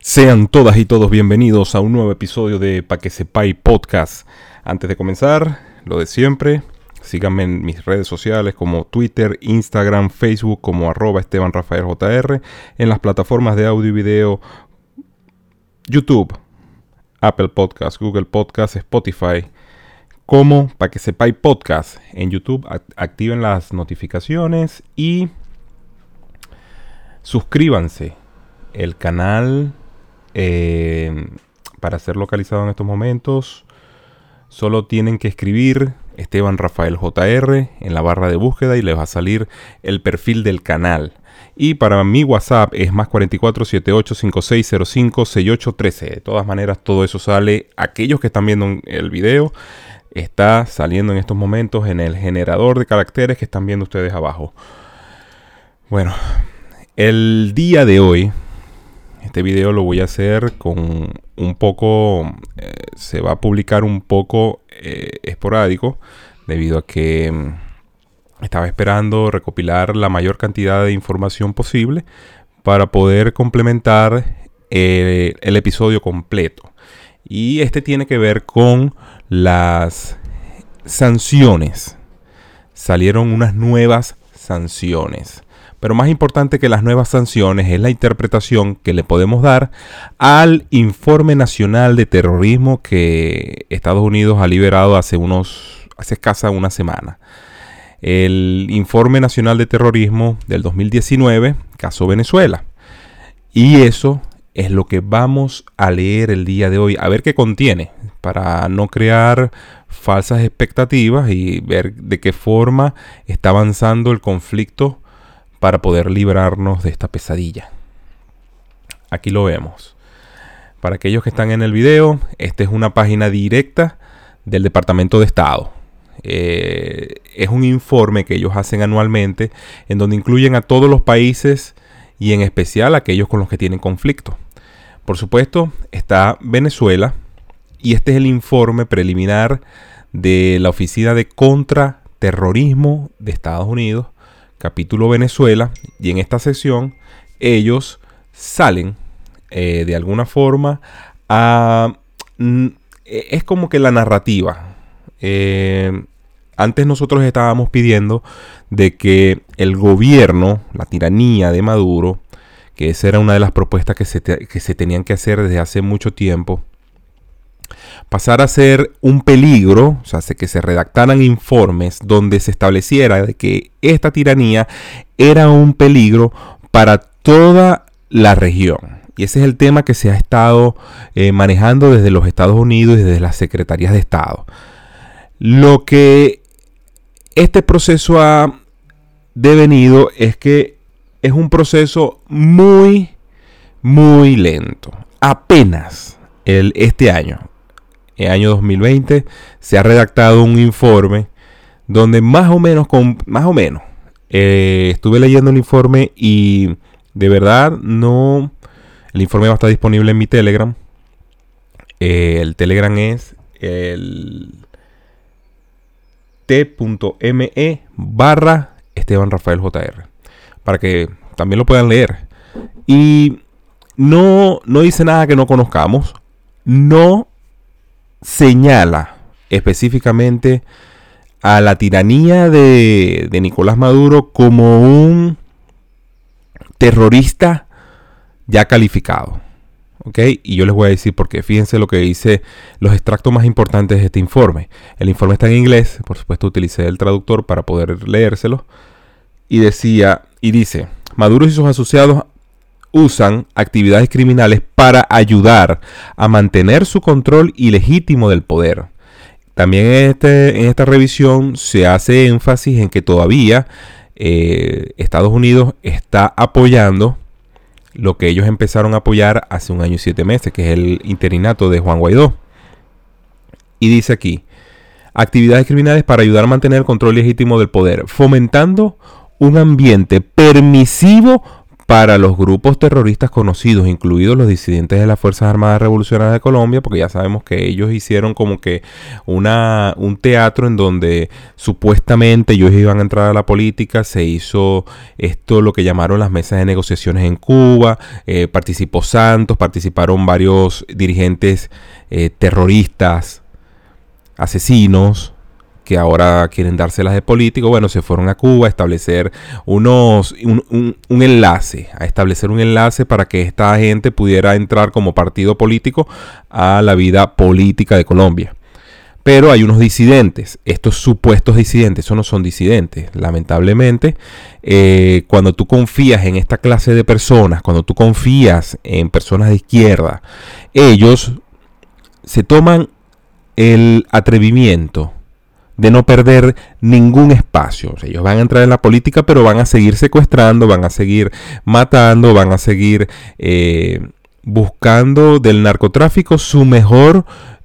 Sean todas y todos bienvenidos a un nuevo episodio de Pa' que sepáis Podcast. Antes de comenzar, lo de siempre, síganme en mis redes sociales como Twitter, Instagram, Facebook como @EstebanRafaelJR, en las plataformas de audio y video YouTube, Apple Podcast, Google Podcast, Spotify, como Pa' que sepáis Podcast. En YouTube activen las notificaciones y suscríbanse. El canal, para ser localizado en estos momentos, solo tienen que escribir Esteban Rafael JR en la barra de búsqueda y les va a salir el perfil del canal. Y para mi WhatsApp es +44 78 5605 6813. De todas maneras, todo eso sale. Aquellos que están viendo el video, está saliendo en estos momentos en el generador de caracteres que están viendo ustedes abajo. Bueno, el día de hoy, este video lo voy a hacer con un poco, se va a publicar un poco esporádico, debido a que estaba esperando recopilar la mayor cantidad de información posible para poder complementar el episodio completo. Y este tiene que ver con las sanciones. Salieron unas nuevas sanciones. Pero más importante que las nuevas sanciones es la interpretación que le podemos dar al Informe Nacional de Terrorismo que Estados Unidos ha liberado hace escasa una semana. El Informe Nacional de Terrorismo del 2019, caso Venezuela. Y eso es lo que vamos a leer el día de hoy, a ver qué contiene, para no crear falsas expectativas y ver de qué forma está avanzando el conflicto para poder librarnos de esta pesadilla. Aquí lo vemos. Para aquellos que están en el video, esta es una página directa del Departamento de Estado. Es un informe que ellos hacen anualmente, en donde incluyen a todos los países y en especial a aquellos con los que tienen conflicto. Por supuesto, está Venezuela, y este es el informe preliminar de la Oficina de Contraterrorismo de Estados Unidos, capítulo Venezuela, y en esta sección ellos salen de alguna forma es como que la narrativa. Antes nosotros estábamos pidiendo de que el gobierno, la tiranía de Maduro, que esa era una de las propuestas que se tenían que hacer desde hace mucho tiempo, pasar a ser un peligro, o sea, que se redactaran informes donde se estableciera de que esta tiranía era un peligro para toda la región. Y ese es el tema que se ha estado manejando desde los Estados Unidos y desde las secretarías de Estado. Lo que este proceso ha devenido es que es un proceso muy, muy lento. Apenas este año, año 2020, se ha redactado un informe donde más o menos, estuve leyendo el informe y de verdad no, el informe va a estar disponible en mi Telegram. El Telegram es el t.me/Esteban Rafael JR, para que también lo puedan leer. Y no dice nada que no conozcamos, no señala específicamente a la tiranía de Nicolás Maduro como un terrorista ya calificado. ¿Ok? Y yo les voy a decir por qué. Fíjense lo que dice, los extractos más importantes de este informe. El informe está en inglés, por supuesto utilicé el traductor para poder leérselo. Y dice, Maduro y sus asociados usan actividades criminales para ayudar a mantener su control ilegítimo del poder. También en esta revisión se hace énfasis en que todavía Estados Unidos está apoyando lo que ellos empezaron a apoyar hace 1 año y 7 meses, que es el interinato de Juan Guaidó. Y dice aquí, actividades criminales para ayudar a mantener el control legítimo del poder, fomentando un ambiente permisivo para los grupos terroristas conocidos, incluidos los disidentes de las Fuerzas Armadas Revolucionarias de Colombia, porque ya sabemos que ellos hicieron como que un teatro en donde supuestamente ellos iban a entrar a la política. Se hizo esto, lo que llamaron las mesas de negociaciones en Cuba, participó Santos, participaron varios dirigentes terroristas, asesinos, que ahora quieren dárselas de político. Bueno, se fueron a Cuba a establecer un enlace para que esta gente pudiera entrar como partido político a la vida política de Colombia. Pero hay unos disidentes, estos supuestos disidentes, esos no son disidentes, lamentablemente. Cuando tú confías en esta clase de personas, cuando tú confías en personas de izquierda, ellos se toman el atrevimiento de no perder ningún espacio. O sea, ellos van a entrar en la política, pero van a seguir secuestrando, van a seguir matando, van a seguir buscando del narcotráfico su mejor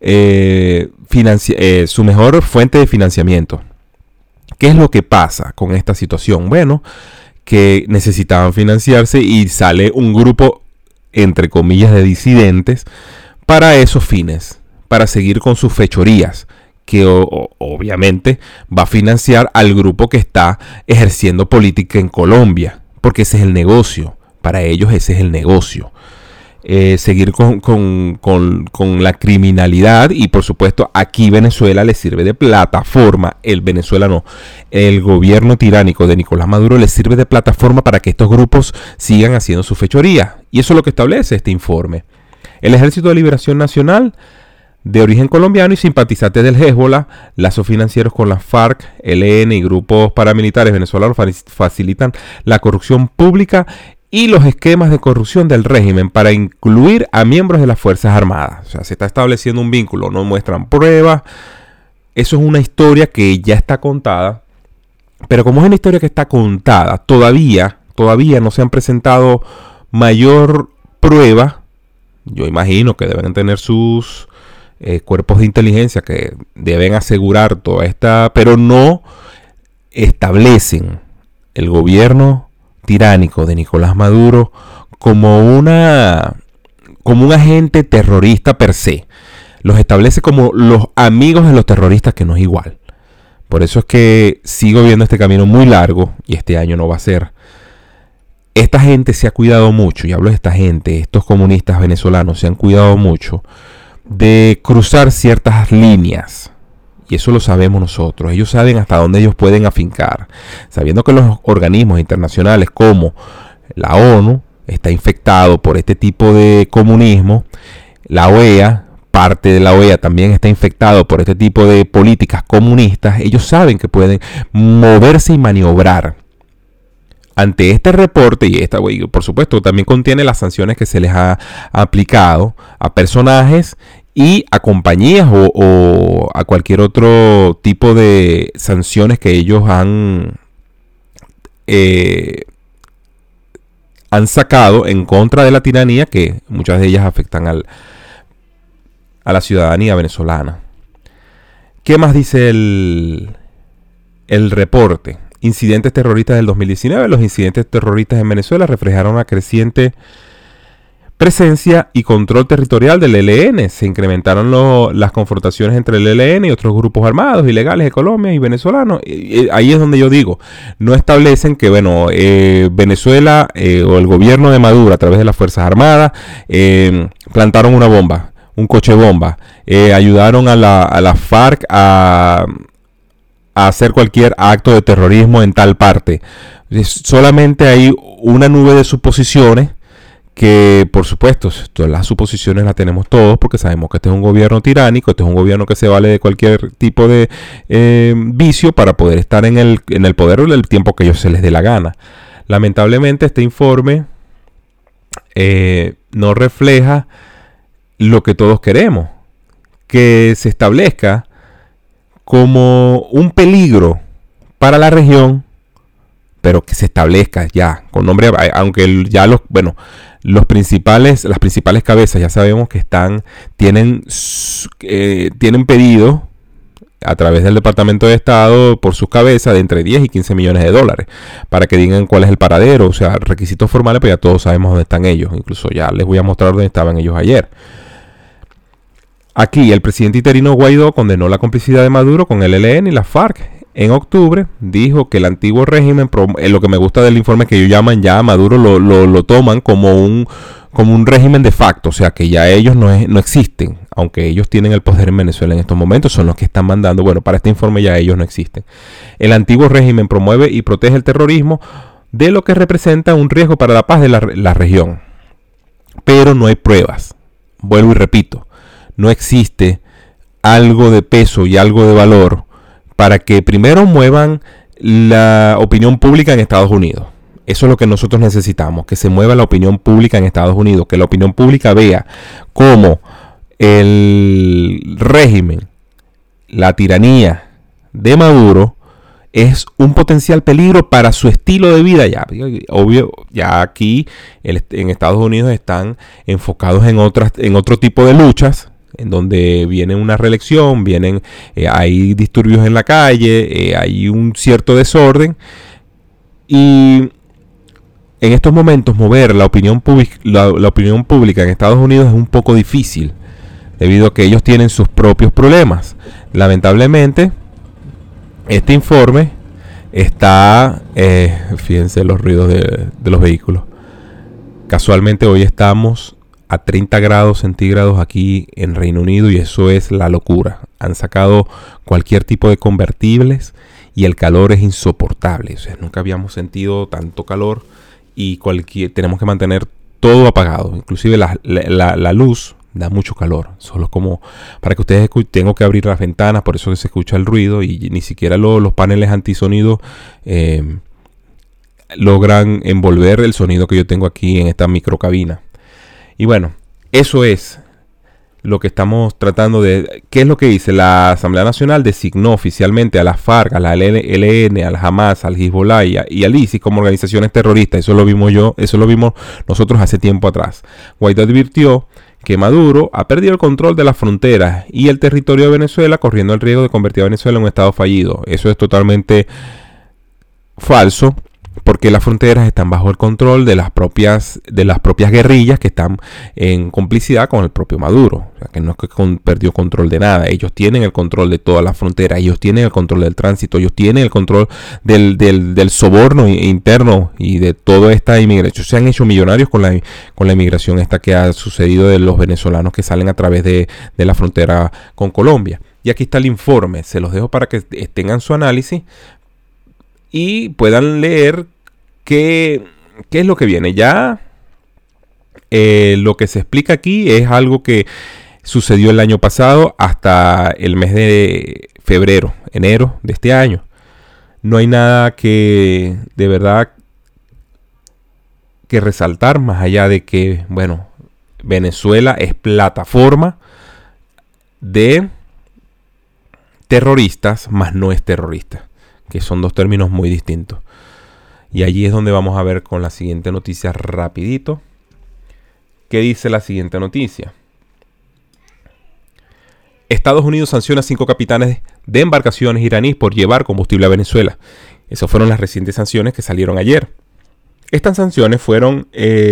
fuente de financiamiento. ¿Qué es lo que pasa con esta situación? Bueno, que necesitaban financiarse y sale un grupo, entre comillas, de disidentes para esos fines, para seguir con sus fechorías, que obviamente va a financiar al grupo que está ejerciendo política en Colombia, porque ese es el negocio. Para ellos ese es el negocio. Seguir con la criminalidad, y por supuesto aquí Venezuela le sirve de plataforma. El gobierno tiránico de Nicolás Maduro le sirve de plataforma para que estos grupos sigan haciendo su fechoría. Y eso es lo que establece este informe. El Ejército de Liberación Nacional, de origen colombiano y simpatizantes del Hezbollah, lazos financieros con las FARC, ELN y grupos paramilitares venezolanos facilitan la corrupción pública y los esquemas de corrupción del régimen para incluir a miembros de las Fuerzas Armadas. O sea, se está estableciendo un vínculo, no muestran pruebas. Eso es una historia que ya está contada, pero como es una historia que está contada, todavía no se han presentado mayor prueba. Yo imagino que deben tener sus cuerpos de inteligencia que deben asegurar toda esta, pero no establecen el gobierno tiránico de Nicolás Maduro como un agente terrorista per se. Los establece como los amigos de los terroristas, que no es igual. Por eso es que sigo viendo este camino muy largo, y este año no va a ser. Esta gente se ha cuidado mucho, y hablo de esta gente, estos comunistas venezolanos se han cuidado mucho de cruzar ciertas líneas, y eso lo sabemos nosotros. Ellos saben hasta dónde ellos pueden afincar, sabiendo que los organismos internacionales como la ONU está infectado por este tipo de comunismo. La OEA, parte de la OEA también está infectado por este tipo de políticas comunistas. Ellos saben que pueden moverse y maniobrar. Ante este reporte, y por supuesto también contiene las sanciones que se les ha aplicado a personajes y a compañías o a cualquier otro tipo de sanciones que ellos han sacado en contra de la tiranía, que muchas de ellas afectan a la ciudadanía venezolana. ¿Qué más dice el reporte? Incidentes terroristas del 2019. Los incidentes terroristas en Venezuela reflejaron una creciente presencia y control territorial del ELN. Se incrementaron las confrontaciones entre el ELN y otros grupos armados ilegales de Colombia y venezolanos. Ahí es donde yo digo, no establecen que Venezuela o el gobierno de Maduro a través de las Fuerzas Armadas plantaron una bomba, un coche bomba, ayudaron a la FARC a hacer cualquier acto de terrorismo en tal parte. Solamente hay una nube de suposiciones que, por supuesto, todas las suposiciones las tenemos todos porque sabemos que este es un gobierno tiránico, este es un gobierno que se vale de cualquier tipo de vicio para poder estar en el poder el tiempo que ellos se les dé la gana. Lamentablemente este informe no refleja lo que todos queremos, que se establezca como un peligro para la región, pero que se establezca ya con nombre, aunque ya las principales cabezas ya sabemos que tienen pedido a través del Departamento de Estado por sus cabezas de entre 10 y 15 millones de dólares para que digan cuál es el paradero. O sea, requisitos formales, pero ya todos sabemos dónde están ellos. Incluso ya les voy a mostrar dónde estaban ellos ayer. Aquí el presidente interino Guaidó condenó la complicidad de Maduro con el ELN y la FARC. En octubre dijo que el antiguo régimen, lo que me gusta del informe es que ellos llaman ya a Maduro, lo toman como un régimen de facto, o sea que ya ellos no existen, aunque ellos tienen el poder en Venezuela en estos momentos, son los que están mandando, bueno, para este informe ya ellos no existen. El antiguo régimen promueve y protege el terrorismo, de lo que representa un riesgo para la paz de la región. Pero no hay pruebas, vuelvo y repito, no existe algo de peso y algo de valor para que primero muevan la opinión pública en Estados Unidos. Eso es lo que nosotros necesitamos, que se mueva la opinión pública en Estados Unidos, que la opinión pública vea cómo el régimen, la tiranía de Maduro es un potencial peligro para su estilo de vida. Ya, obvio, ya aquí en Estados Unidos están enfocados en otro tipo de luchas, en donde viene una reelección, hay disturbios en la calle, hay un cierto desorden, y en estos momentos mover la opinión pública en Estados Unidos es un poco difícil, debido a que ellos tienen sus propios problemas. Lamentablemente, este informe está, fíjense los ruidos de los vehículos. Casualmente hoy estamos a 30 grados centígrados aquí en Reino Unido y eso es la locura. Han sacado cualquier tipo de convertibles y el calor es insoportable. O sea, nunca habíamos sentido tanto calor y tenemos que mantener todo apagado. Inclusive la luz da mucho calor. Solo como para que ustedes escuchen, tengo que abrir las ventanas, por eso que se escucha el ruido y ni siquiera los paneles antisonido logran envolver el sonido que yo tengo aquí en esta microcabina. Y bueno, eso es lo que estamos tratando de... ¿Qué es lo que dice? La Asamblea Nacional designó oficialmente a la FARC, a la ELN, al Hamas, al Hezbollah y al ISIS como organizaciones terroristas. Eso lo vimos nosotros hace tiempo atrás. Guaidó advirtió que Maduro ha perdido el control de las fronteras y el territorio de Venezuela, corriendo el riesgo de convertir a Venezuela en un estado fallido. Eso es totalmente falso, porque las fronteras están bajo el control de las propias guerrillas que están en complicidad con el propio Maduro. O sea, que no es que perdió control de nada. Ellos tienen el control de todas las fronteras, ellos tienen el control del tránsito, ellos tienen el control del soborno interno y de toda esta inmigración. Se han hecho millonarios con la inmigración esta que ha sucedido de los venezolanos que salen a través de la frontera con Colombia. Y aquí está el informe, se los dejo para que tengan su análisis y puedan leer qué es lo que viene. Ya lo que se explica aquí es algo que sucedió el año pasado hasta el mes de enero de este año. No hay nada que de verdad que resaltar más allá de que, bueno, Venezuela es plataforma de terroristas, más no es terrorista, que son dos términos muy distintos. Y allí es donde vamos a ver con la siguiente noticia rapidito. ¿Qué dice la siguiente noticia? Estados Unidos sanciona a 5 capitanes de embarcaciones iraníes por llevar combustible a Venezuela. Esas fueron las recientes sanciones que salieron ayer. Estas sanciones fueron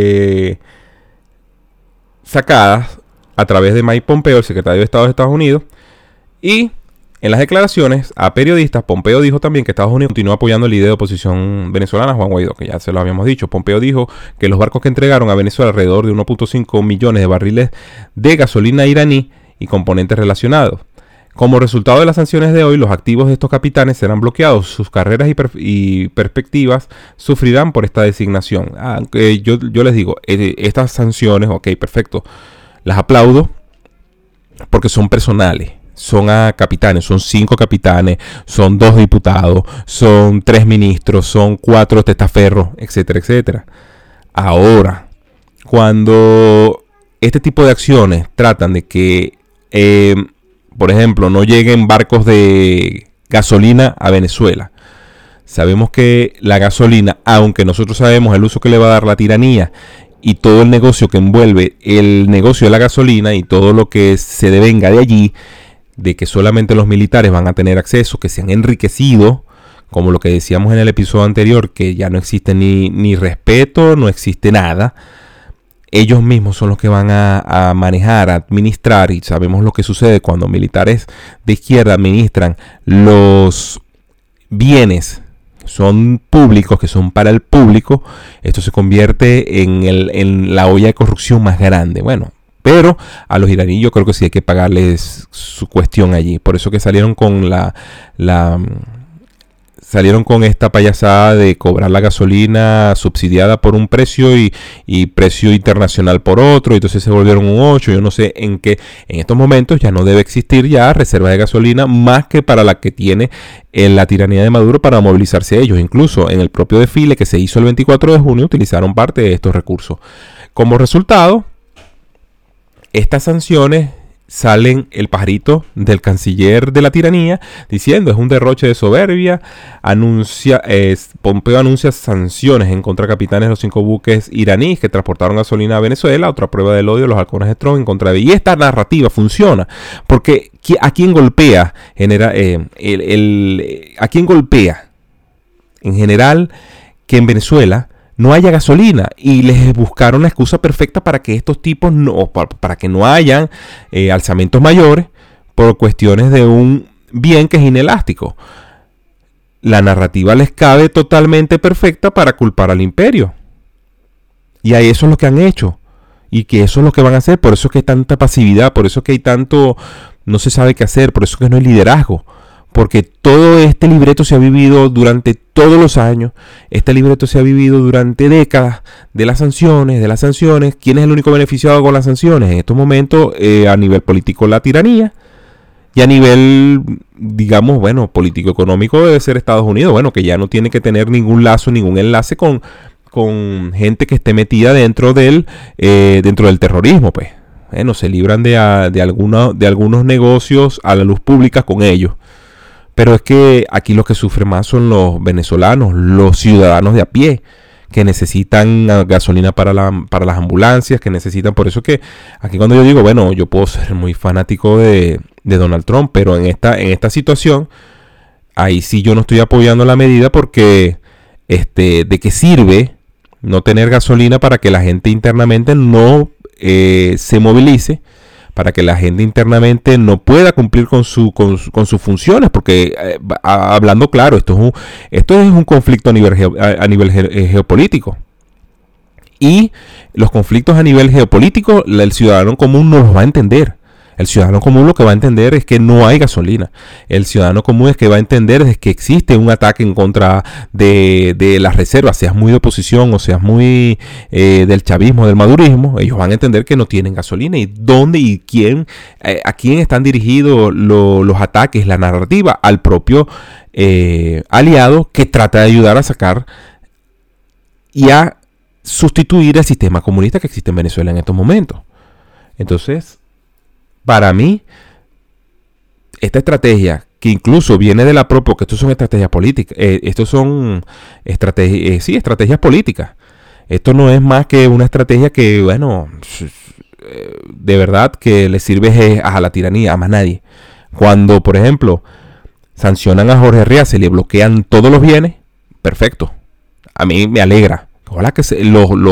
sacadas a través de Mike Pompeo, el secretario de Estado de Estados Unidos, y en las declaraciones a periodistas, Pompeo dijo también que Estados Unidos continúa apoyando al líder de oposición venezolana, Juan Guaidó, que ya se lo habíamos dicho. Pompeo dijo que los barcos que entregaron a Venezuela alrededor de 1.5 millones de barriles de gasolina iraní y componentes relacionados. Como resultado de las sanciones de hoy, los activos de estos capitanes serán bloqueados. Sus carreras y perspectivas sufrirán por esta designación. Aunque yo les digo, estas sanciones, ok, perfecto, las aplaudo porque son personales. Son a capitanes, son 5 capitanes, son 2 diputados, son 3 ministros, son 4 testaferros, etcétera, etcétera. Ahora, cuando este tipo de acciones tratan de que, por ejemplo, no lleguen barcos de gasolina a Venezuela, sabemos que la gasolina, aunque nosotros sabemos el uso que le va a dar la tiranía y todo el negocio que envuelve el negocio de la gasolina y todo lo que se devenga de allí, de que solamente los militares van a tener acceso, que se han enriquecido, como lo que decíamos en el episodio anterior, que ya no existe ni respeto, no existe nada. Ellos mismos son los que van a manejar, a administrar, y sabemos lo que sucede cuando militares de izquierda administran los bienes son públicos, que son para el público. Esto se convierte en la olla de corrupción más grande. Bueno, pero a los iraníes yo creo que sí hay que pagarles su cuestión allí. Por eso que salieron con salieron con esta payasada de cobrar la gasolina subsidiada por un precio y precio internacional por otro. Y entonces se volvieron un 8. Yo no sé en estos momentos ya no debe existir ya reserva de gasolina más que para la que tiene la tiranía de Maduro para movilizarse ellos. Incluso en el propio desfile que se hizo el 24 de junio utilizaron parte de estos recursos. Como resultado, estas sanciones salen el pajarito del canciller de la tiranía diciendo es un derroche de soberbia. Pompeo anuncia sanciones en contra de capitanes de los 5 buques iraníes que transportaron gasolina a Venezuela. Otra prueba del odio, los halcones de Trump en contra de... Y esta narrativa funciona porque ¿a quién golpea? ¿A quién golpea? En general, que en Venezuela no haya gasolina, y les buscaron la excusa perfecta para que estos tipos para que no hayan alzamientos mayores por cuestiones de un bien que es inelástico. La narrativa les cabe totalmente perfecta para culpar al imperio, y a eso es lo que han hecho, y que eso es lo que van a hacer. Por eso es que hay tanta pasividad, por eso es que hay tanto no se sabe qué hacer, por eso es que no hay liderazgo. Porque todo este libreto se ha vivido durante todos los años. Este libreto se ha vivido durante décadas de las sanciones. ¿Quién es el único beneficiado con las sanciones? En estos momentos, a nivel político, la tiranía. Y a nivel, digamos, bueno, político-económico debe ser Estados Unidos. Bueno, que ya no tiene que tener ningún lazo, ningún enlace con gente que esté metida dentro del terrorismo, pues. Bueno, se libran de algunos negocios a la luz pública con ellos. Pero es que aquí los que sufren más son los venezolanos, los ciudadanos de a pie, que necesitan gasolina para las ambulancias, que necesitan... Por eso que aquí cuando yo digo, bueno, yo puedo ser muy fanático de Donald Trump, pero en esta situación, ahí sí yo no estoy apoyando la medida porque de qué sirve no tener gasolina para que la gente internamente no se movilice, para que la gente internamente no pueda cumplir con sus funciones, porque hablando claro, esto es un conflicto a nivel geopolítico. Y los conflictos a nivel geopolítico, el ciudadano común no los va a entender. El ciudadano común lo que va a entender es que no hay gasolina. El ciudadano común es que va a entender es que existe un ataque en contra de las reservas, seas muy de oposición o seas muy del chavismo, del madurismo. Ellos van a entender que no tienen gasolina. ¿Y dónde y quién, a quién están dirigidos los ataques, la narrativa? Al propio aliado que trata de ayudar a sacar y a sustituir el sistema comunista que existe en Venezuela en estos momentos. Entonces, para mí, esta estrategia, que incluso viene de la propia, porque estos son estrategias políticas, estos son estrategias políticas. Esto no es más que una estrategia que, bueno, de verdad que le sirve a la tiranía, a más nadie. Cuando, por ejemplo, sancionan a Jorge Rial, le bloquean todos los bienes, perfecto. A mí me alegra. Ojalá que se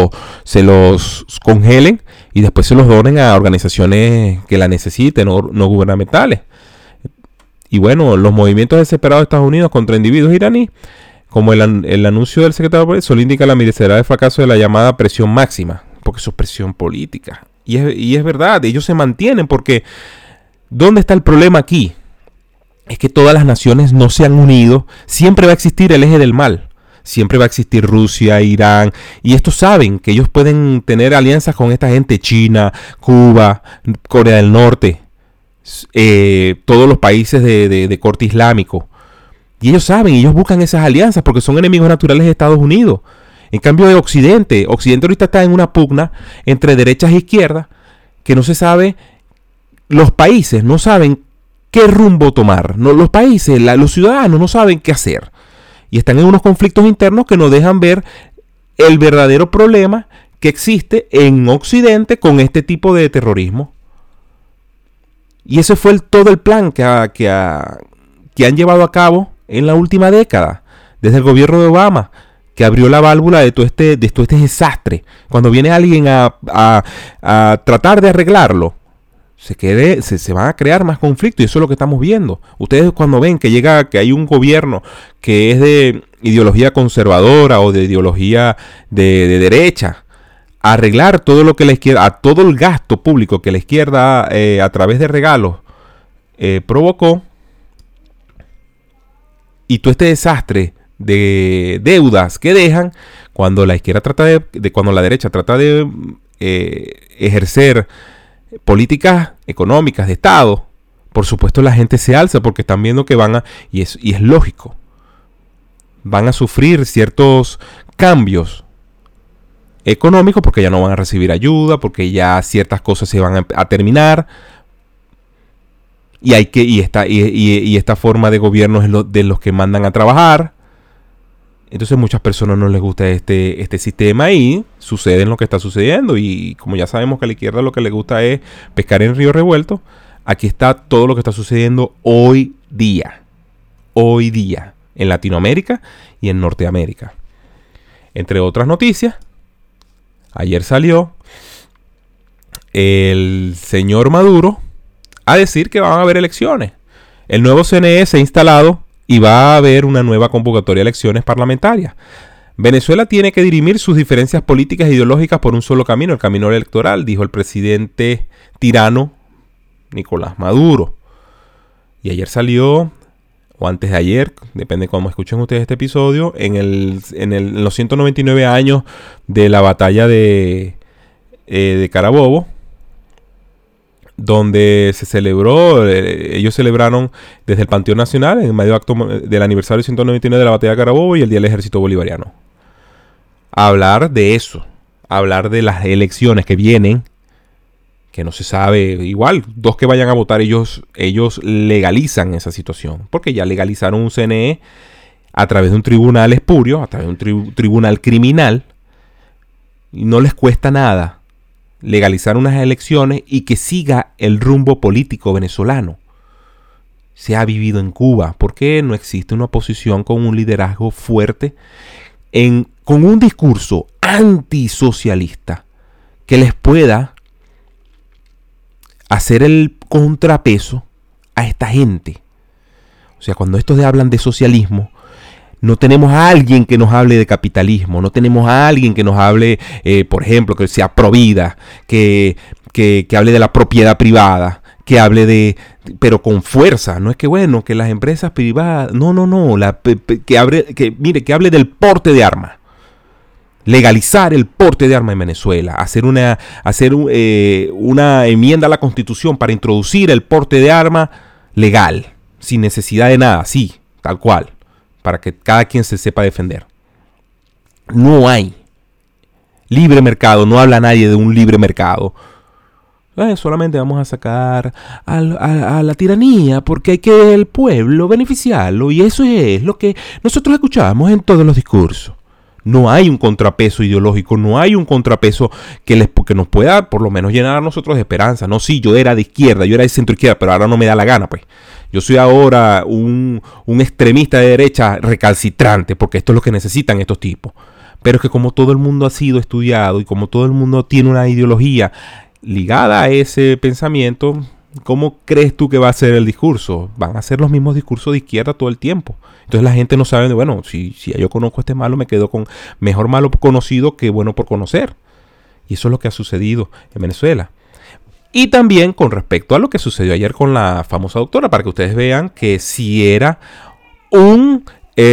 los congelen y después se los donen a organizaciones que la necesiten, no gubernamentales. Y bueno, los movimientos desesperados de Estados Unidos contra individuos iraníes, como el anuncio del secretario de Policía, solo indica la merecedad de fracaso de la llamada presión máxima, porque eso es presión política. Y es verdad, ellos se mantienen porque ¿dónde está el problema aquí? Es que todas las naciones no se han unido, siempre va a existir el eje del mal. Siempre va a existir Rusia, Irán, y estos saben que ellos pueden tener alianzas con esta gente, China, Cuba, Corea del Norte, todos los países de corte islámico. Y ellos saben, ellos buscan esas alianzas porque son enemigos naturales de Estados Unidos. En cambio de Occidente ahorita está en una pugna entre derechas e izquierdas que no se sabe, los países no saben qué rumbo tomar. No, los países, los ciudadanos no saben qué hacer. Y están en unos conflictos internos que no dejan ver el verdadero problema que existe en Occidente con este tipo de terrorismo. Y ese fue todo el plan que han llevado a cabo en la última década, desde el gobierno de Obama, que abrió la válvula de todo este desastre. Cuando viene alguien a tratar de arreglarlo, se van a crear más conflictos, y eso es lo que estamos viendo. Ustedes cuando ven que hay un gobierno que es de ideología conservadora o de ideología de derecha, arreglar todo lo que la izquierda, a todo el gasto público que la izquierda a través de regalos provocó, y todo este desastre de deudas que dejan, cuando la izquierda cuando la derecha trata de ejercer políticas económicas de Estado, por supuesto la gente se alza porque están viendo que y es lógico, van a sufrir ciertos cambios económicos porque ya no van a recibir ayuda, porque ya ciertas cosas se van a terminar, y esta forma de gobierno es de los que mandan a trabajar. Entonces muchas personas no les gusta este sistema y sucede lo que está sucediendo. Y como ya sabemos que a la izquierda lo que le gusta es pescar en río revuelto, aquí está todo lo que está sucediendo hoy día. Hoy día. En Latinoamérica y en Norteamérica. Entre otras noticias, ayer salió el señor Maduro a decir que van a haber elecciones. El nuevo CNE se ha instalado y va a haber una nueva convocatoria de elecciones parlamentarias. Venezuela tiene que dirimir sus diferencias políticas e ideológicas por un solo camino, el camino electoral, dijo el presidente tirano Nicolás Maduro. Y ayer salió, o antes de ayer, depende de cómo escuchen ustedes este episodio, en los 199 años de la batalla de Carabobo, donde se celebró, ellos celebraron desde el Panteón Nacional, en medio acto del aniversario 199 de la batalla de Carabobo y el Día del Ejército Bolivariano. Hablar de eso, hablar de las elecciones que vienen, que no se sabe, igual, dos que vayan a votar, ellos legalizan esa situación, porque ya legalizaron un CNE a través de un tribunal espurio, a través de un tribunal criminal, y no les cuesta nada legalizar unas elecciones y que siga el rumbo político venezolano. Se ha vivido en Cuba. ¿Por qué no existe una oposición con un liderazgo fuerte, con un discurso antisocialista que les pueda hacer el contrapeso a esta gente? O sea, cuando estos hablan de socialismo, no tenemos a alguien que nos hable de capitalismo, no tenemos a alguien que nos hable, por ejemplo, que sea provida, que hable de la propiedad privada, que hable pero con fuerza. No es que, bueno, que las empresas privadas, no, que hable del porte de armas. Legalizar el porte de armas en Venezuela, hacer una enmienda a la Constitución para introducir el porte de armas legal, sin necesidad de nada, sí, tal cual, para que cada quien se sepa defender. No hay libre mercado, no habla nadie de un libre mercado. Solamente vamos a sacar a la tiranía porque hay que el pueblo beneficiarlo, y eso es lo que nosotros escuchamos en todos los discursos. No hay un contrapeso ideológico, no hay un contrapeso que nos pueda por lo menos llenar a nosotros de esperanza. No, sí, yo era de izquierda, yo era de centro izquierda, pero ahora no me da la gana, pues. Yo soy ahora un extremista de derecha recalcitrante, porque esto es lo que necesitan estos tipos. Pero es que como todo el mundo ha sido estudiado y como todo el mundo tiene una ideología ligada a ese pensamiento, ¿cómo crees tú que va a ser el discurso? Van a ser los mismos discursos de izquierda todo el tiempo. Entonces la gente no sabe, bueno, si yo conozco a este malo, me quedo con mejor malo conocido que bueno por conocer. Y eso es lo que ha sucedido en Venezuela. Y también con respecto a lo que sucedió ayer con la famosa doctora, para que ustedes vean que si era un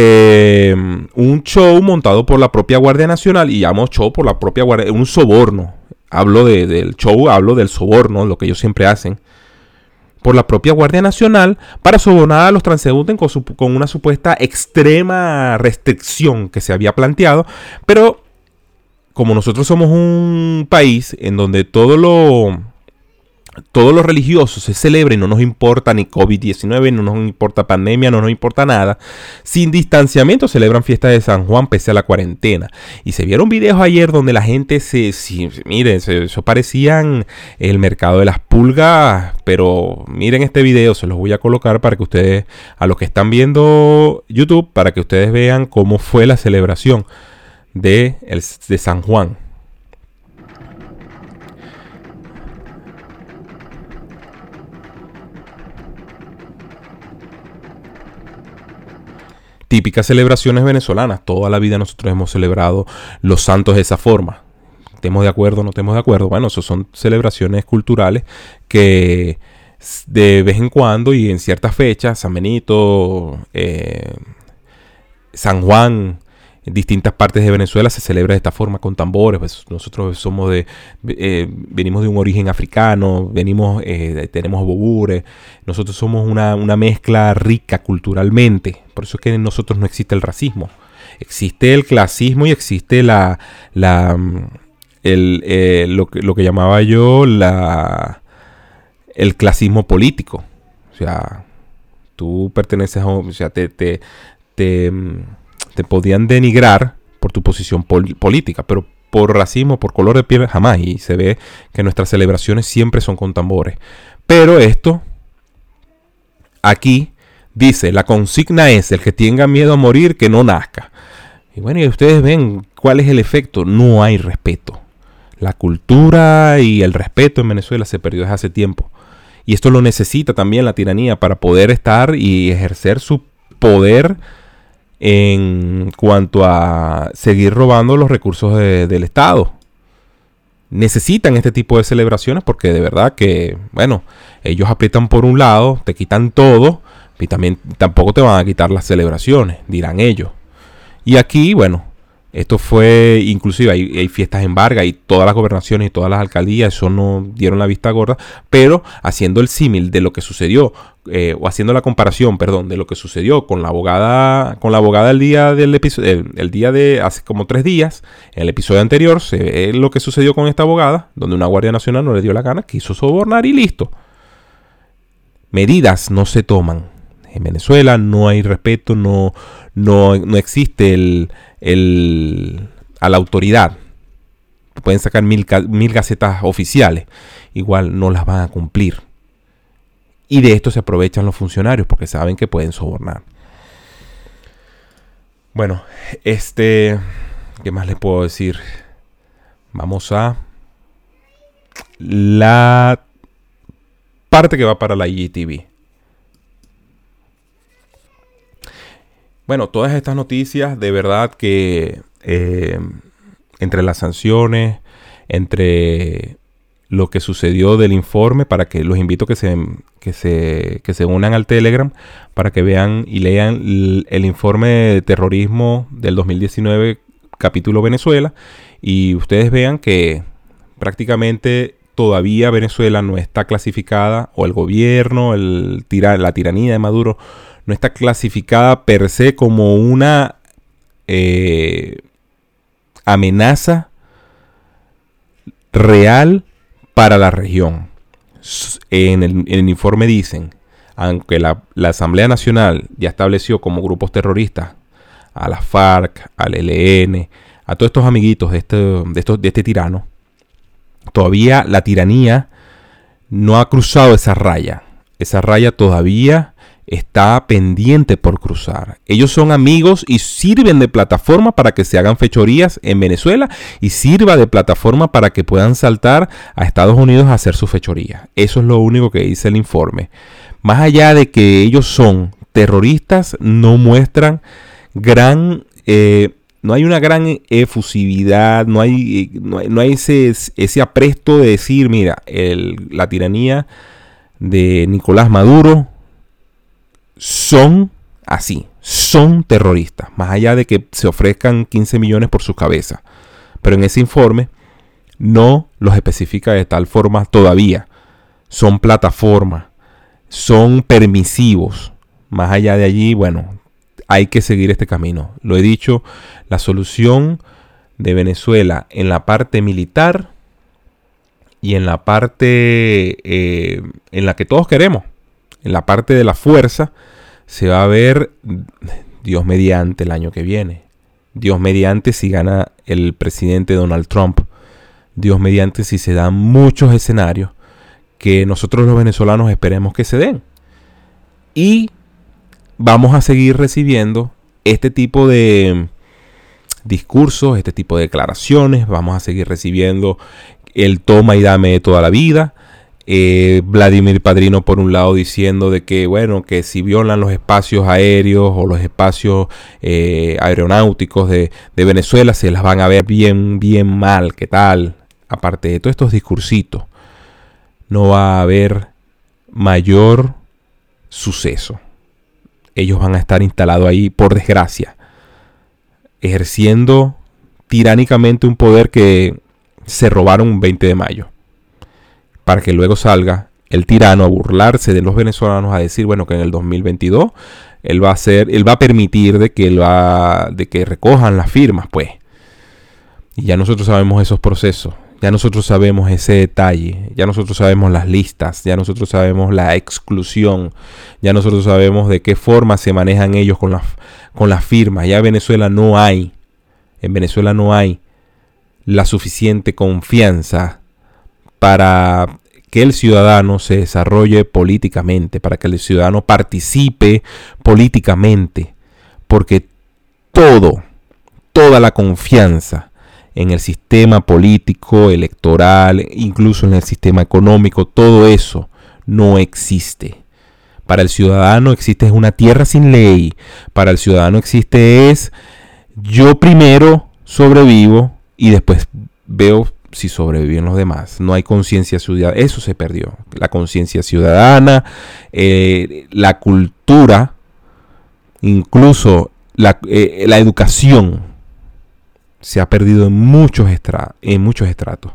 show montado por la propia Guardia Nacional, y llamo show por la propia Guardia, un soborno. Hablo del show, hablo del soborno, lo que ellos siempre hacen, por la propia Guardia Nacional para sobornar a los transeúntes con una supuesta extrema restricción que se había planteado. Pero como nosotros somos un país en donde todo todos los religiosos se celebren, no nos importa ni COVID-19, no nos importa pandemia, no nos importa nada. Sin distanciamiento celebran fiesta de San Juan pese a la cuarentena. Y se vieron videos ayer donde la gente miren, eso parecían el mercado de las pulgas. Pero miren este video, se los voy a colocar para que ustedes, a los que están viendo YouTube, para que ustedes vean cómo fue la celebración de San Juan. Típicas celebraciones venezolanas. Toda la vida nosotros hemos celebrado los santos de esa forma. ¿Estemos de acuerdo o no estemos de acuerdo? Bueno, eso son celebraciones culturales que de vez en cuando y en ciertas fechas, San Benito, San Juan, en distintas partes de Venezuela se celebra de esta forma con tambores. Pues nosotros venimos de un origen africano, tenemos bobures. Nosotros somos una mezcla rica culturalmente. Por eso es que en nosotros no existe el racismo. Existe el clasismo y existe lo que llamaba yo el clasismo político. O sea, tú perteneces a... O sea, te podían denigrar por tu posición política, pero por racismo, por color de piel, jamás. Y se ve que nuestras celebraciones siempre son con tambores. Pero esto, aquí, dice, la consigna es, el que tenga miedo a morir, que no nazca. Y bueno, y ustedes ven cuál es el efecto. No hay respeto. La cultura y el respeto en Venezuela se perdió desde hace tiempo. Y esto lo necesita también la tiranía para poder estar y ejercer su poder en cuanto a seguir robando los recursos del Estado. Necesitan este tipo de celebraciones porque de verdad que, bueno, ellos aprietan por un lado, te quitan todo y tampoco te van a quitar las celebraciones, dirán ellos. Y aquí, bueno, esto fue, inclusive hay fiestas en Vargas y todas las gobernaciones y todas las alcaldías, eso no dieron la vista gorda, pero haciendo el símil de lo que sucedió, o haciendo la comparación, perdón, de lo que sucedió con la abogada el día del episodio, el día de hace como 3 días, en el episodio anterior, se ve lo que sucedió con esta abogada, donde una Guardia Nacional no le dio la gana, quiso sobornar y listo. Medidas no se toman. En Venezuela no hay respeto, no existe a la autoridad. Pueden sacar mil gacetas oficiales, igual no las van a cumplir. Y de esto se aprovechan los funcionarios porque saben que pueden sobornar. Bueno, ¿qué más les puedo decir? Vamos a la parte que va para la IGTV. Bueno, todas estas noticias, de verdad que entre las sanciones, entre lo que sucedió del informe, para que los invito a que se unan al Telegram para que vean y lean el informe de terrorismo del 2019, capítulo Venezuela, y ustedes vean que prácticamente todavía Venezuela no está clasificada, o el gobierno, la tiranía de Maduro, no está clasificada per se como una amenaza real para la región. En el informe dicen, aunque la Asamblea Nacional ya estableció como grupos terroristas a la FARC, al ELN, a todos estos amiguitos de este tirano, todavía la tiranía no ha cruzado esa raya. Esa raya todavía está pendiente por cruzar. Ellos son amigos y sirven de plataforma para que se hagan fechorías en Venezuela y sirva de plataforma para que puedan saltar a Estados Unidos a hacer su fechoría. Eso es lo único que dice el informe. Más allá de que ellos son terroristas, no muestran no hay una gran efusividad, no hay ese apresto de decir, mira, la tiranía de Nicolás Maduro son así, son terroristas, más allá de que se ofrezcan 15 millones por sus cabezas. Pero en ese informe no los especifica de tal forma todavía. Son plataformas, son permisivos. Más allá de allí, bueno, hay que seguir este camino. Lo he dicho, la solución de Venezuela en la parte militar y en la parte en la que todos queremos, en la parte de la fuerza, se va a ver, Dios mediante, el año que viene. Dios mediante si gana el presidente Donald Trump. Dios mediante si se dan muchos escenarios que nosotros los venezolanos esperemos que se den. Y vamos a seguir recibiendo este tipo de discursos, este tipo de declaraciones. Vamos a seguir recibiendo el toma y dame de toda la vida. Vladimir Padrino por un lado diciendo de que, bueno, que si violan los espacios aéreos o los espacios aeronáuticos de Venezuela se las van a ver bien mal, ¿qué tal? Aparte de todos estos discursitos, no va a haber mayor suceso. Ellos van a estar instalados ahí, por desgracia, ejerciendo tiránicamente un poder que se robaron un 20 de mayo. Para que luego salga el tirano a burlarse de los venezolanos, a decir, bueno, que en el 2022 él va a permitir de que recojan las firmas, pues. Y ya nosotros sabemos esos procesos, ya nosotros sabemos ese detalle, ya nosotros sabemos las listas, ya nosotros sabemos la exclusión, ya nosotros sabemos de qué forma se manejan ellos con las firmas. Ya en Venezuela no hay la suficiente confianza para que el ciudadano se desarrolle políticamente, para que el ciudadano participe políticamente, porque toda la confianza en el sistema político, electoral, incluso en el sistema económico, todo eso no existe. Para el ciudadano existe una tierra sin ley, para el ciudadano existe yo primero sobrevivo y después veo si sobreviven los demás. No hay conciencia ciudadana. Eso se perdió. La conciencia ciudadana, la cultura, incluso la educación se ha perdido en muchos estratos.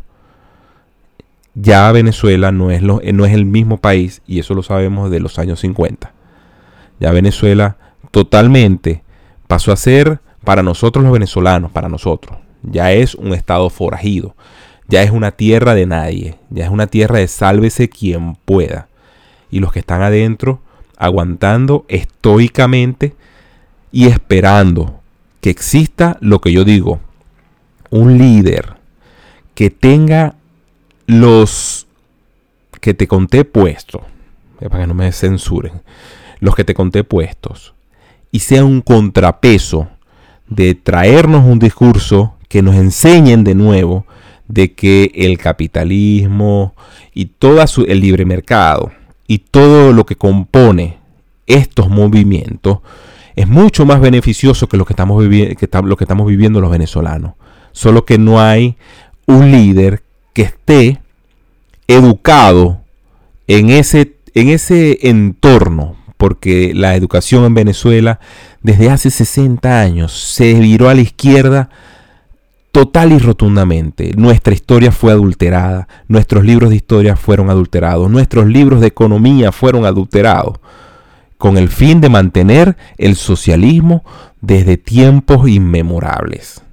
Ya Venezuela no es el mismo país, y eso lo sabemos de los años 50. Ya Venezuela totalmente pasó a ser, para nosotros los venezolanos, ya es un estado forajido. Ya es una tierra de nadie. Ya es una tierra de sálvese quien pueda. Y los que están adentro aguantando estoicamente y esperando que exista lo que yo digo. Un líder que tenga los que te conté puestos. Para que no me censuren. Los que te conté puestos. Y sea un contrapeso de traernos un discurso que nos enseñen de nuevo de que el capitalismo y el libre mercado y todo lo que compone estos movimientos es mucho más beneficioso que lo que estamos viviendo los venezolanos. Solo que no hay un líder que esté educado en ese entorno, porque la educación en Venezuela desde hace 60 años se viró a la izquierda total y rotundamente. Nuestra historia fue adulterada, nuestros libros de historia fueron adulterados, nuestros libros de economía fueron adulterados, con el fin de mantener el socialismo desde tiempos inmemorables,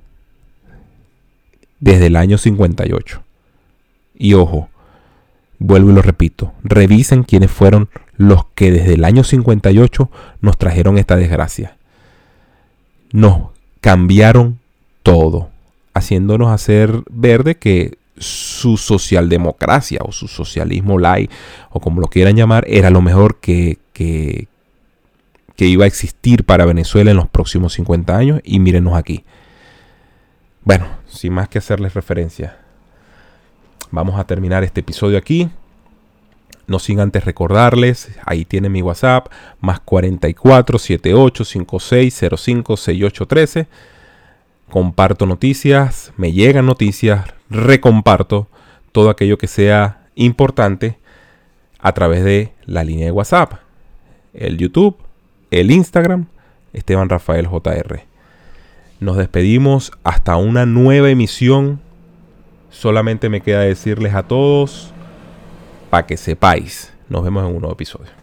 desde el año 58. Y ojo, vuelvo y lo repito, revisen quiénes fueron los que desde el año 58 nos trajeron esta desgracia. Nos cambiaron todo, haciéndonos hacer ver de que su socialdemocracia o su socialismo light, o como lo quieran llamar, era lo mejor que iba a existir para Venezuela en los próximos 50 años. Y mírenos aquí. Bueno, sin más que hacerles referencia, vamos a terminar este episodio aquí. No sin antes recordarles, ahí tienen mi WhatsApp, más 44 78 56 05 68 13. Comparto noticias, me llegan noticias, recomparto todo aquello que sea importante a través de la línea de WhatsApp, el YouTube, el Instagram, Esteban Rafael JR. Nos despedimos hasta una nueva emisión. Solamente me queda decirles a todos, para que sepáis, nos vemos en un nuevo episodio.